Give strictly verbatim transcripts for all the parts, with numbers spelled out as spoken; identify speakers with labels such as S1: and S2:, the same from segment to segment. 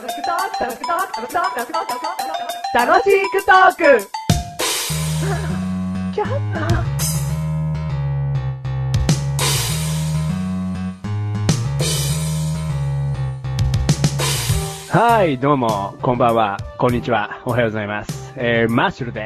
S1: 楽しくトークはい、どうも、こんばんは、こんにちは、おはようございます。えー、マッシュルです。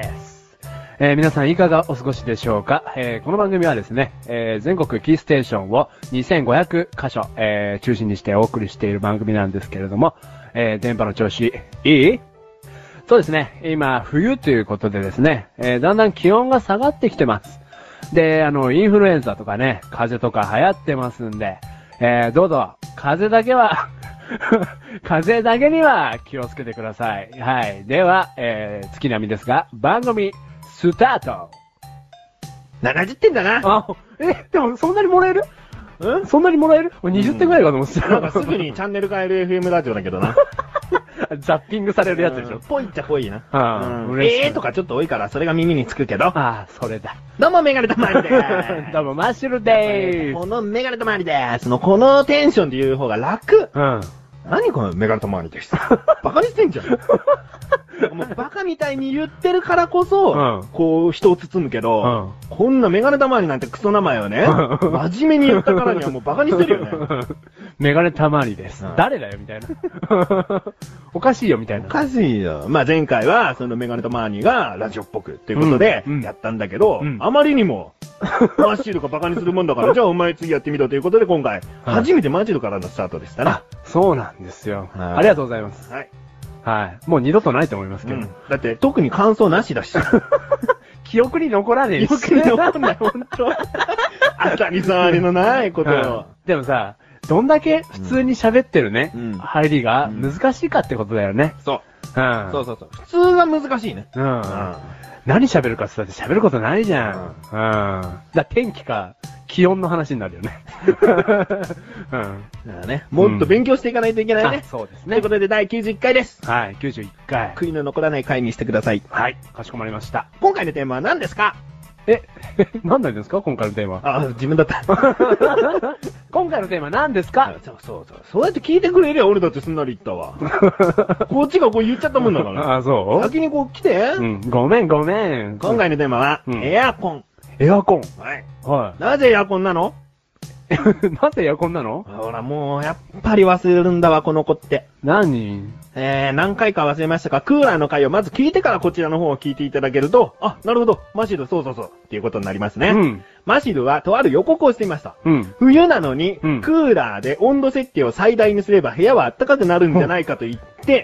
S1: えー、皆さんいかがお過ごしでしょうか。えー、この番組はですね、えー、全国キーステーションをにせんごひゃくかしょ、えー、中心にしてお送りしている番組なんですけれども、えー、電波の調子、いい？そうですね、今、冬ということでですね、えー、だんだん気温が下がってきてます。で、あの、インフルエンザとかね、風邪とか流行ってますんで、えー、どうぞ、風邪だけは、風邪だけには気をつけてください。はい。では、えー、月並みですが、番組、スタート。
S2: ななじゅってんだな。
S1: あ、え、でもそんなにもらえる？んそんなにもらえる？にじゅってんぐらいかと思ってた。
S2: なんかすぐにチャンネル変える エフエム ラジオだけどな。
S1: ザッピングされるやつでしょ。
S2: ぽいっちゃぽいな。
S1: うん
S2: うん、えーとかちょっと多いから、それが耳につくけど。
S1: ああ、それだ。
S2: どうも、メガネとマリでーす。
S1: どうも、マッシュルでーす。
S2: このメガネとマリでーすの、このテンションで言う方が楽。
S1: うん。
S2: 何このメガネとマリです。バカにしてんじゃん。もうバカみたいに言ってるからこそ、うん、こう人を包むけど、うん、こんなメガネたまわりなんてクソ名前をね、真面目に言ったからにはもうバカにしてるよね。
S1: メガネたまわりです、うん。誰だよみたいな。おかしいよみたいな。
S2: おかしいよ。まあ前回はそのメガネたまわりがラジオっぽくっていうことでやったんだけど、うんうん、あまりにもマッシュルがバカにするもんだから、じゃあお前次やってみろということで今回、初めてマジルからのスタートでしたな。
S1: そうなんですよ。ありがとうございます。はい。はい。もう二度とないと思いますけど。うん、
S2: だって特に感想なしだし。
S1: 記憶に残らねえし。
S2: 記憶に残んない、ほんと。当たり障りのないことを、うん。
S1: でもさ、どんだけ普通に喋ってるね、うん、入りが難しいかってことだよね。
S2: うん、そう。うん。そうそうそう。普通は難しいね。うん。うん、
S1: 何喋るかって言ったって喋ることないじゃん。うん。うん、だ天気か、気温の話になるよね。うん。だ
S2: からね、もっと勉強していかないといけないね。
S1: うん、そうですね。
S2: ということでだいきゅうじゅういっかいです。
S1: はい、きゅうじゅういっかい。
S2: 悔いの残らない回にしてください。
S1: はい、かしこまりました。
S2: 今回のテーマは何ですか？
S1: え、何なんですか今回のテーマ。
S2: あ、自分だった。
S1: 今回のテーマ何ですか？
S2: そうそうそう。そうやって聞いてくれりゃ俺だってすんなり言ったわ。こっちがこう言っちゃったもんだから。
S1: あ、そう？
S2: 先にこう来て。
S1: うん。ごめんごめん。
S2: 今回のテーマは、うん、エアコン。
S1: エアコン。
S2: はい。
S1: はい。
S2: なぜエアコンなの？
S1: なぜエアコンなの？
S2: ほら、もう、やっぱり忘れるんだわ、この子って。
S1: 何？
S2: えー、何回か忘れましたか、クーラーの回をまず聞いてからこちらの方を聞いていただけると、あ、なるほど、マシル、そうそうそう、っていうことになりますね。うん。マシルは、とある予告をしていました。うん。冬なのに、うん、クーラーで温度設定を最大にすれば部屋は暖かくなるんじゃないかと言って、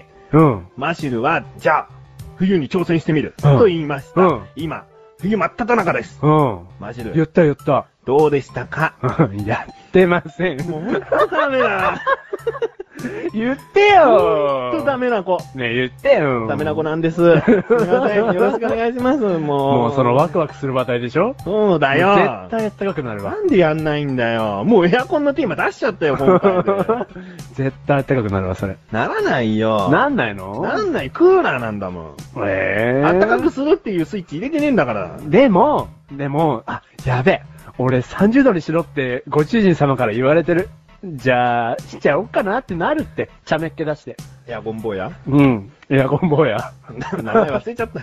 S2: うん。マシルは、じゃあ、冬に挑戦してみる、うん、と言いました。うん。今、冬真っ只中です。うん。マシル。
S1: 言った言った。
S2: どうでしたか？
S1: やってません。
S2: もうほんとダメだ。
S1: 言ってよ。
S2: ほんとダメな子。
S1: ねえ、言ってよ。
S2: ダメな子なんです。すみません。よろしくお願いします。もう。
S1: もうそのワクワクする話題でしょ？
S2: そうだよ。
S1: 絶対やったかくなるわ。
S2: なんでやんないんだよ。もうエアコンのテーマ出しちゃったよ、今回で。
S1: 絶対やったかくなるわ、それ。
S2: ならないよ。
S1: なんないの？
S2: なんない。クーラーなんだもん。
S1: ええー。
S2: あったかくするっていうスイッチ入れてねえんだから。
S1: でも、でも、あ、やべえ。俺さんじゅうどにしろってご主人様から言われてる。じゃあ、しちゃおっかなってなるって。茶目っ気出して。
S2: エアコン坊や？
S1: うん。エアコン坊や。
S2: 名前忘れちゃった。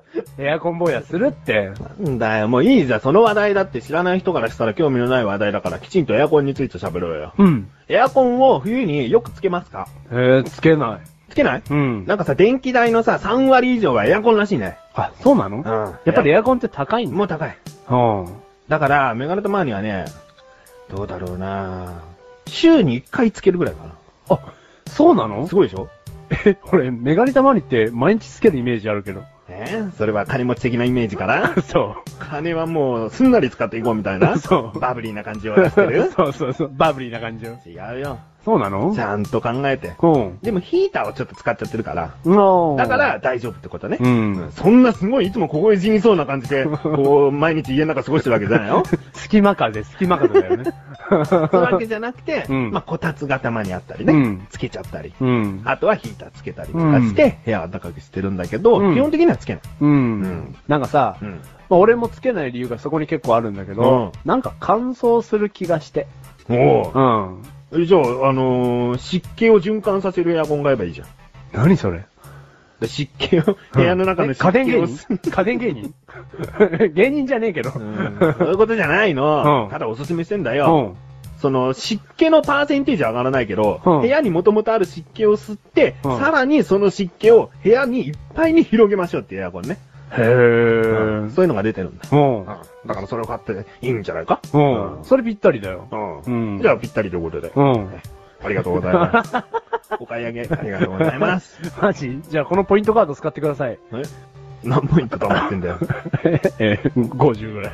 S1: エアコン坊やするって。
S2: なんだよ、もういいじゃん。その話題だって知らない人からしたら興味のない話題だからきちんとエアコンについて喋ろうよ。うん。エアコンを冬によくつけますか？
S1: えー、つけない。
S2: つけない？うん。なんかさ、電気代のさ、さんわり以上はエアコンらしいね。
S1: あ、そうなの？うん。やっぱりエアコンって高いの？
S2: もう高い。うん。だから、メガネとマーにはね、どうだろうな週にいっかいつけるぐらいかな。
S1: あ、そうなの？
S2: すごいでしょ？
S1: え、俺、メガネたまにって毎日つけるイメージあるけど。
S2: えー、それは金持ち的なイメージかな？
S1: そう。
S2: 金はもう、すんなり使っていこうみたいな。そう。バブリーな感じを出してる？
S1: そうそうそう。バブリーな感じを。
S2: 違うよ。
S1: そうなの？
S2: ちゃんと考えて。
S1: うん。
S2: でもヒーターをちょっと使っちゃってるから。
S1: うん。
S2: だから大丈夫ってことね。うん。そんなすごいいつも凍え死にそうな感じで、こう、毎日家の中過ごしてるわけじゃないよ。
S1: 隙間風、隙間風だよね。
S2: そういうわけじゃなくて、うん、まあ、こたつがたまにあったりね、うん、つけちゃったり、うん、あとはヒーターつけたりとかして、うん、部屋を暖かくしてるんだけど、うん、基本的にはつけない。うん。
S1: うん、なんかさ、うん、まあ、俺もつけない理由がそこに結構あるんだけど、うん、なんか乾燥する気がして。
S2: おう。
S1: うん。
S2: え、じゃあ、あのー、湿気を循環させるエアコン買えばいいじゃん。
S1: 何それ？
S2: 湿気を、部屋の中の湿気を、
S1: 家電芸人家電芸人芸人じゃねえけど、
S2: うん。そういうことじゃないの。うん、ただおすすめしてんだよ。うんその、湿気のパーセンテージ上がらないけど、うん、部屋にもともとある湿気を吸って、うん、さらにその湿気を部屋にいっぱいに広げましょうっていうエアコンね。
S1: へー、
S2: うん。そういうのが出てるんだ。うん。だからそれを買っていいんじゃないか？
S1: うん。うん、それぴったりだよ。
S2: うん。うん、じゃあぴったりということで。うん。ありがとうございます。お買い上げありがとうございます。
S1: マジ？じゃあこのポイントカード使ってください。
S2: え？何ポイント溜まってんだよ。
S1: えー、ごじゅうぐらい。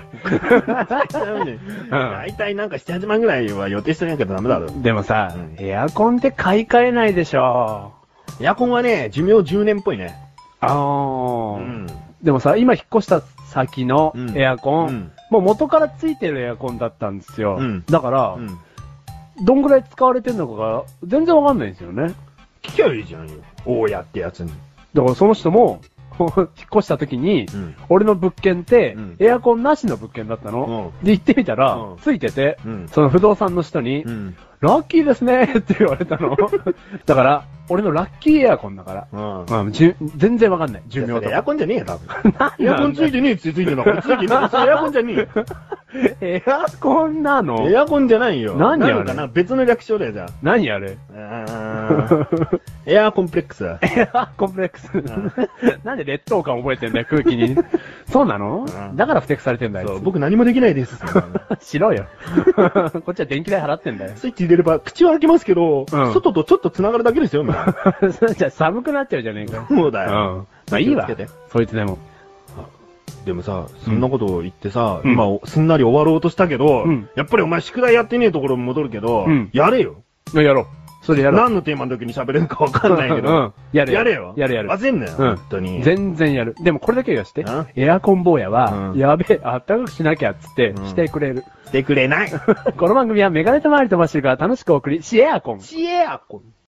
S2: だいたいなんかなな、はちまんぐらいは予定してないけどダメだろ。
S1: でもさ、うん、エアコンって買い替えないでしょ。
S2: エアコンはね、寿命じゅうねんっぽいね。
S1: あー。うん、でもさ、今引っ越した先のエアコン、うん、もう元からついてるエアコンだったんですよ。うん、だから、うん、どんぐらい使われてるのかが全然わかんないんですよね。
S2: 聞きゃいいじゃんよ。大家ってやつに。
S1: だからその人も、引っ越した時に、うん、俺の物件って、うん、エアコンなしの物件だったの。うん、で、行ってみたら、うん、ついてて、うん、その不動産の人に、うん、ラッキーですねって言われたの。だから、俺のラッキーエアコンだから。うん。じゅ全然わかんない。寿命とか。
S2: エアコンじゃねえよ、多分。エアコンついてねえってついてるの。ついてねえ。それエアコンじゃねえよ。
S1: エアコンなの？
S2: エアコンじゃないよ。
S1: 何やれ
S2: かな別の略称だよ、じゃあ。
S1: 何やれ
S2: エアコンプレックス。
S1: エアコンプレックス。なんで劣等感覚えてんだよ、空気に。そうなの？だから不適されてんだよ。そう、
S2: 僕何もできないです。
S1: しろよ。こっちは電気代払ってんだよ。
S2: スイッチ入れれば口は開きますけど、外とちょっと繋がるだけですよ、みたい
S1: な。じゃあ寒くなっちゃうじゃねえか。
S2: そうだよ。
S1: まあいいわ。そいつでも。
S2: でもさ、そんなことを言ってさ、うん、今、すんなり終わろうとしたけど、うん、やっぱりお前宿題やってねえところに戻るけど、うん、やれよ。
S1: やろう。それやろう。
S2: 何のテーマの時に喋れるかわかんないけど、うん、
S1: やれよ。
S2: やれよ。
S1: やれやる。
S2: 焦んなよ、うん、本当に。
S1: 全然やる。でもこれだけ言わして、エアコン坊やは、うん、やべえ、あったかくしなきゃっつって、うん、してくれる。
S2: してくれない。
S1: この番組はメガネと周りとマシルが楽しくお送り、シエアコン。
S2: シエアコン。